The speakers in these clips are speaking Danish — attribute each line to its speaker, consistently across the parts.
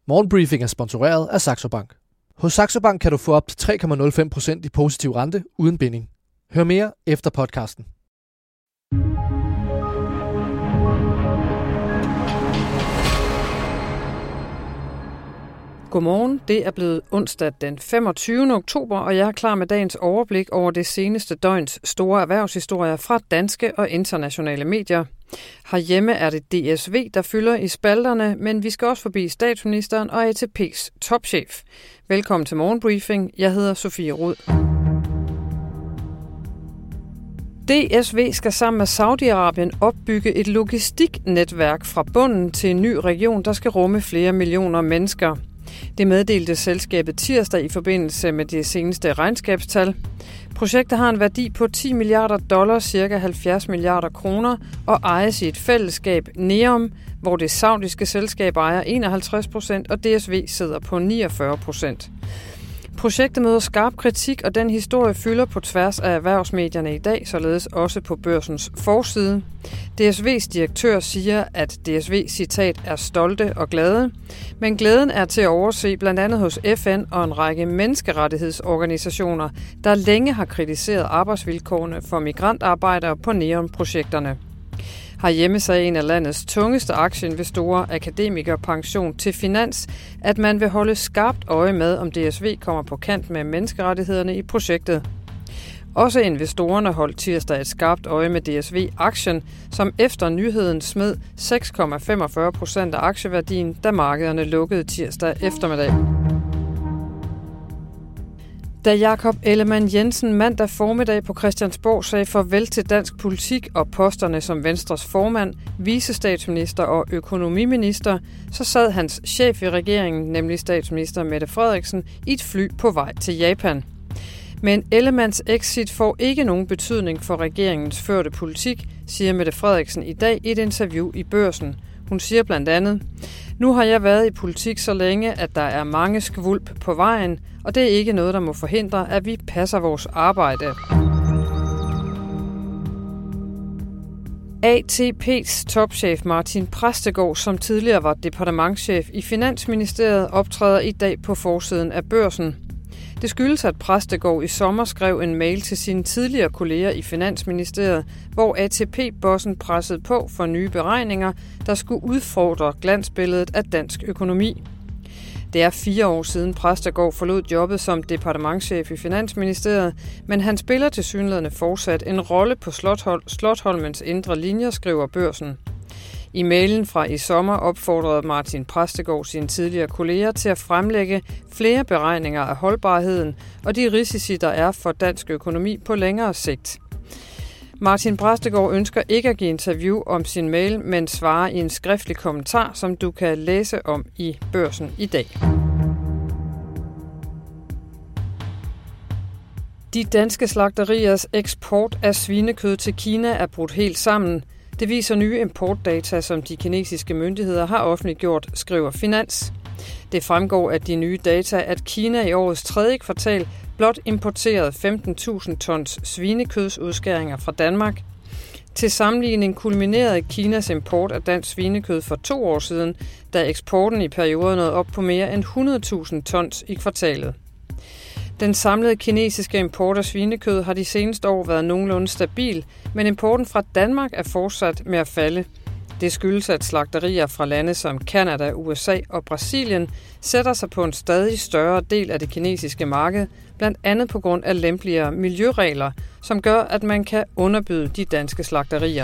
Speaker 1: Morgenbriefing er sponsoreret af Saxo Bank. Hos Saxo Bank kan du få op til 3,05% i positiv rente uden binding. Hør mere efter podcasten.
Speaker 2: Godmorgen, det er blevet onsdag den 25. oktober, og jeg er klar med dagens overblik over det seneste døgns store erhvervshistorier fra danske og internationale medier. Herhjemme er det DSV, der fylder i spalterne, men vi skal også forbi statsministeren og ATP's topchef. Velkommen til Morgenbriefing. Jeg hedder Sofie Rud. DSV skal sammen med Saudi-Arabien opbygge et logistiknetværk fra bunden til en ny region, der skal rumme flere millioner mennesker. Det meddelte selskabet tirsdag i forbindelse med det seneste regnskabstal. Projektet har en værdi på $10 milliarder, ca. 70 milliarder kroner, og ejes i et fællesskab NEOM, hvor det saudiske selskab ejer 51%, og DSV sidder på 49%. Projektet møder skarp kritik, og den historie fylder på tværs af erhvervsmedierne i dag, således også på børsens forside. DSV's direktør siger, at DSV, citat, er stolte og glade, men glæden er til at overse blandt andet hos FN og en række menneskerettighedsorganisationer, der længe har kritiseret arbejdsvilkårene for migrantarbejdere på NEOM-projekterne. Herhjemme sagde en af landets tungeste aktieinvestorer, Akademikerpension til Finans, at man vil holde skarpt øje med, om DSV kommer på kant med menneskerettighederne i projektet. Også investorerne holdt tirsdag et skarpt øje med DSV-aktien, som efter nyheden smed 6,45% af aktieværdien, da markederne lukkede tirsdag eftermiddag. Da Jakob Ellemann-Jensen mandag formiddag på Christiansborg sagde farvel til dansk politik og posterne som Venstres formand, vicestatsminister og økonomiminister, så sad hans chef i regeringen, nemlig statsminister Mette Frederiksen, i et fly på vej til Japan. Men Ellemanns exit får ikke nogen betydning for regeringens førte politik, siger Mette Frederiksen i dag i et interview i Børsen. Hun siger blandt andet: "Nu har jeg været i politik så længe, at der er mange skvulp på vejen, og det er ikke noget, der må forhindre, at vi passer vores arbejde." ATP's topchef Martin Præstegård, som tidligere var departementschef i Finansministeriet, optræder i dag på forsiden af Børsen. Det skyldes, at Præstegård i sommer skrev en mail til sine tidligere kolleger i Finansministeriet, hvor ATP-bossen pressede på for nye beregninger, der skulle udfordre glansbilledet af dansk økonomi. Det er 4 år siden Præstegård forlod jobbet som departementschef i Finansministeriet, men han spiller tilsyneladende fortsat en rolle på Slotsholmens indre linjer, skriver Børsen. I mailen fra i sommer opfordrede Martin Præstegård sine tidligere kolleger til at fremlægge flere beregninger af holdbarheden og de risici, der er for dansk økonomi på længere sigt. Martin Præstegård ønsker ikke at give interview om sin mail, men svarer i en skriftlig kommentar, som du kan læse om i Børsen i dag. De danske slagteriers eksport af svinekød til Kina er brudt helt sammen. Det viser nye importdata, som de kinesiske myndigheder har offentliggjort, skriver Finans. Det fremgår af de nye data, at Kina i årets 3. kvartal blot importerede 15.000 tons svinekødsudskæringer fra Danmark. Til sammenligning kulminerede Kinas import af dansk svinekød for 2 år siden, da eksporten i perioden nåede op på mere end 100.000 tons i kvartalet. Den samlede kinesiske import af svinekød har de seneste år været nogenlunde stabil, men importen fra Danmark er fortsat med at falde. Det skyldes, at slagterier fra lande som Canada, USA og Brasilien sætter sig på en stadig større del af det kinesiske marked, blandt andet på grund af lempeligere miljøregler, som gør, at man kan underbyde de danske slagterier.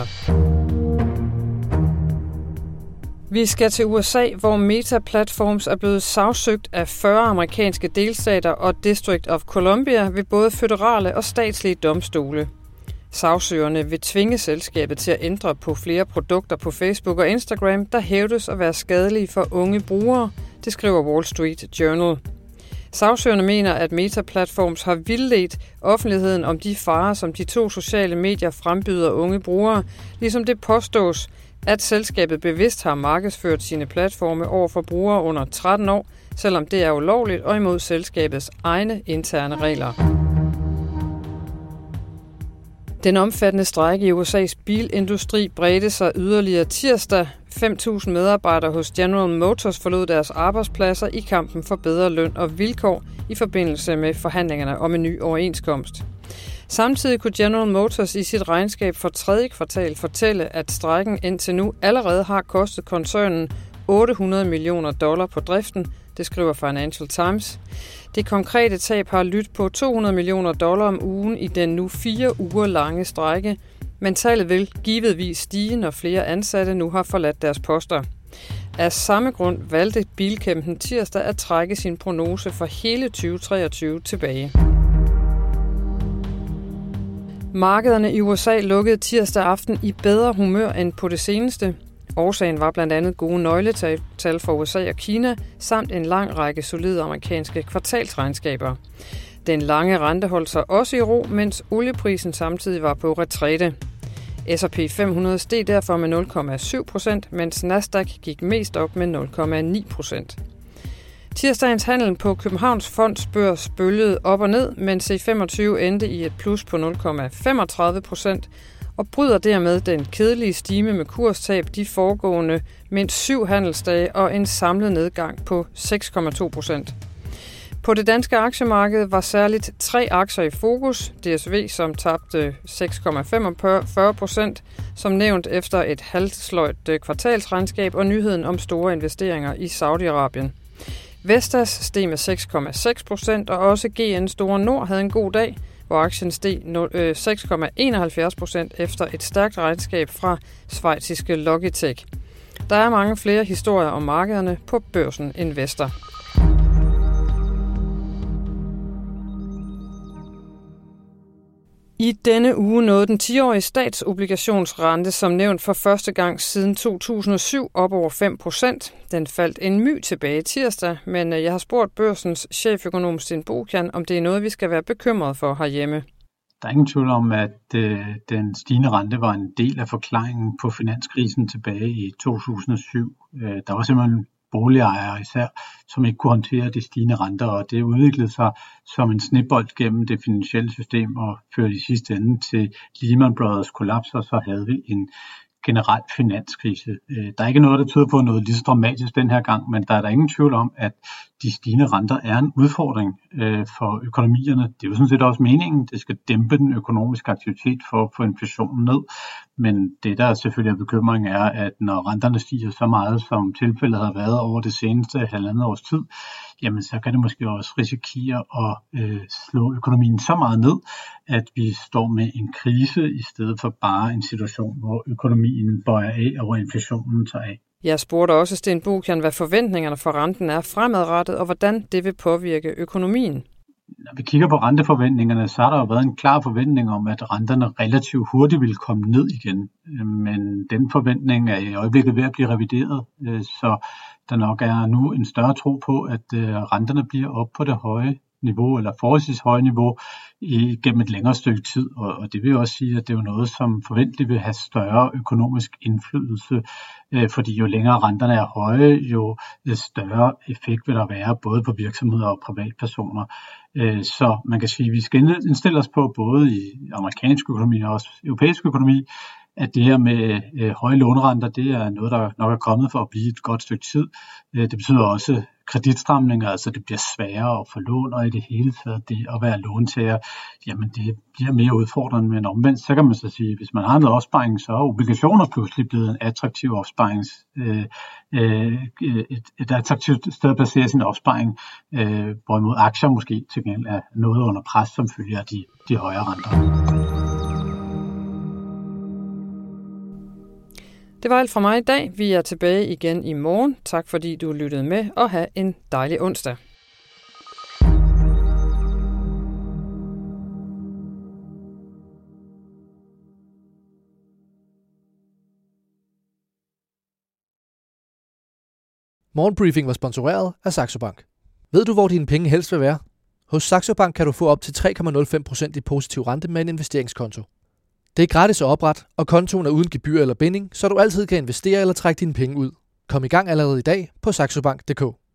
Speaker 2: Vi skal til USA, hvor Meta Platforms er blevet sagsøgt af 40 amerikanske delstater og District of Columbia ved både føderale og statslige domstole. Sagsøgerne vil tvinge selskabet til at ændre på flere produkter på Facebook og Instagram, der hævdes at være skadelige for unge brugere, det skriver Wall Street Journal. Sagsøgerne mener, at Meta Platforms har vildledt offentligheden om de farer, som de 2 sociale medier frembyder unge brugere, ligesom det påstås, at selskabet bevidst har markedsført sine platforme over for brugere under 13 år, selvom det er ulovligt og imod selskabets egne interne regler. Den omfattende strejke i USA's bilindustri bredte sig yderligere tirsdag. 5.000 medarbejdere hos General Motors forlod deres arbejdspladser i kampen for bedre løn og vilkår i forbindelse med forhandlingerne om en ny overenskomst. Samtidig kunne General Motors i sit regnskab for 3. kvartal fortælle, at strejken indtil nu allerede har kostet koncernen $800 millioner på driften, det skriver Financial Times. Det konkrete tab har lydt på $200 millioner om ugen i den nu 4 uger lange strejke, men tallet vil givetvis stige, når flere ansatte nu har forladt deres poster. Af samme grund valgte Bilkæmpen tirsdag at trække sin prognose for hele 2023 tilbage. Markederne i USA lukkede tirsdag aften i bedre humør end på det seneste. Årsagen var blandt andet gode nøgletal for USA og Kina, samt en lang række solide amerikanske kvartalsregnskaber. Den lange rente holdt sig også i ro, mens olieprisen samtidig var på retræte. S&P 500 steg derfor med 0,7%, mens Nasdaq gik mest op med 0,9%. Tirsdagens handel på Københavns Fondsbørs bølgede op og ned, mens C25 endte i et plus på 0,35% og bryder dermed den kedelige stime med kurstab de foregående mindst 7 handelsdage og en samlet nedgang på 6,2%. På det danske aktiemarked var særligt 3 aktier i fokus. DSV, som tabte 6,45%, som nævnt efter et halvsløjt kvartalsregnskab og nyheden om store investeringer i Saudi-Arabien. Vestas steg med 6,6%, og også GN Store Nord havde en god dag, hvor aktien steg 6,71% efter et stærkt regnskab fra schweiziske Logitech. Der er mange flere historier om markederne på Børsen Investor. I denne uge nåede den 10-årige statsobligationsrente som nævnt for første gang siden 2007 op over 5%. Den faldt en my tilbage tirsdag, men jeg har spurgt Børsens cheføkonom Sten Bokian, om det er noget, vi skal være bekymret for herhjemme.
Speaker 3: Der er ingen tvivl om, at den stigende rente var en del af forklaringen på finanskrisen tilbage i 2007. Der var simpelthen boligejere især, som ikke kunne håndtere de stigende renter, og det udviklede sig som en snebold gennem det finansielle system og førte i sidste ende til Lehman Brothers kollaps, og så havde vi en generel finanskrise. Der er ikke noget, der tyder på noget lige så dramatisk den her gang, men der er ingen tvivl om, at de stigende renter er en udfordring for økonomierne. Det er jo sådan set også meningen, det skal dæmpe den økonomiske aktivitet for at få inflationen ned. Men det, der selvfølgelig er bekymring, er, at når renterne stiger så meget, som tilfældet har været over det seneste 1,5 års tid, jamen så kan det måske også risikere at slå økonomien så meget ned, at vi står med en krise i stedet for bare en situation, hvor økonomien bøjer af og hvor inflationen tager af.
Speaker 2: Jeg spurgte også Sten Bokian, hvad forventningerne for renten er fremadrettet, og hvordan det vil påvirke økonomien.
Speaker 3: Når vi kigger på renteforventningerne, så har der jo været en klar forventning om, at renterne relativt hurtigt vil komme ned igen. Men den forventning er i øjeblikket ved at blive revideret, så der nok er nu en større tro på, at renterne bliver op på det høje niveau, eller forholdsvis høje niveau, gennem et længere stykke tid. Og det vil også sige, at det er jo noget, som forventeligt vil have større økonomisk indflydelse, fordi jo længere renterne er høje, jo større effekt vil der være, både på virksomheder og privatpersoner. Så man kan sige, at vi skal indstille os på, både i amerikansk økonomi og også europæisk økonomi, at det her med høje lånerenter, det er noget, der nok er kommet for at blive et godt stykke tid. Det betyder også kreditstramninger, altså det bliver sværere at få lån, og i det hele taget det at være låntager, jamen det bliver mere udfordrende, men omvendt, så kan man så sige, hvis man har noget opsparing, så er obligationer pludselig blevet en attraktiv et attraktivt sted at placere sin opsparing, hvorimod aktier måske til gengæld er noget under pres, som følger de højere renter.
Speaker 2: Det var alt fra mig i dag. Vi er tilbage igen i morgen. Tak fordi du lyttede med, og have en dejlig onsdag.
Speaker 1: Morgenbriefing var sponsoreret af Saxo Bank. Ved du, hvor dine penge helst vil være? Hos Saxo Bank kan du få op til 3,05% i positiv rente med en investeringskonto. Det er gratis at oprette, og kontoen er uden gebyr eller binding, så du altid kan investere eller trække dine penge ud. Kom i gang allerede i dag på saxobank.dk.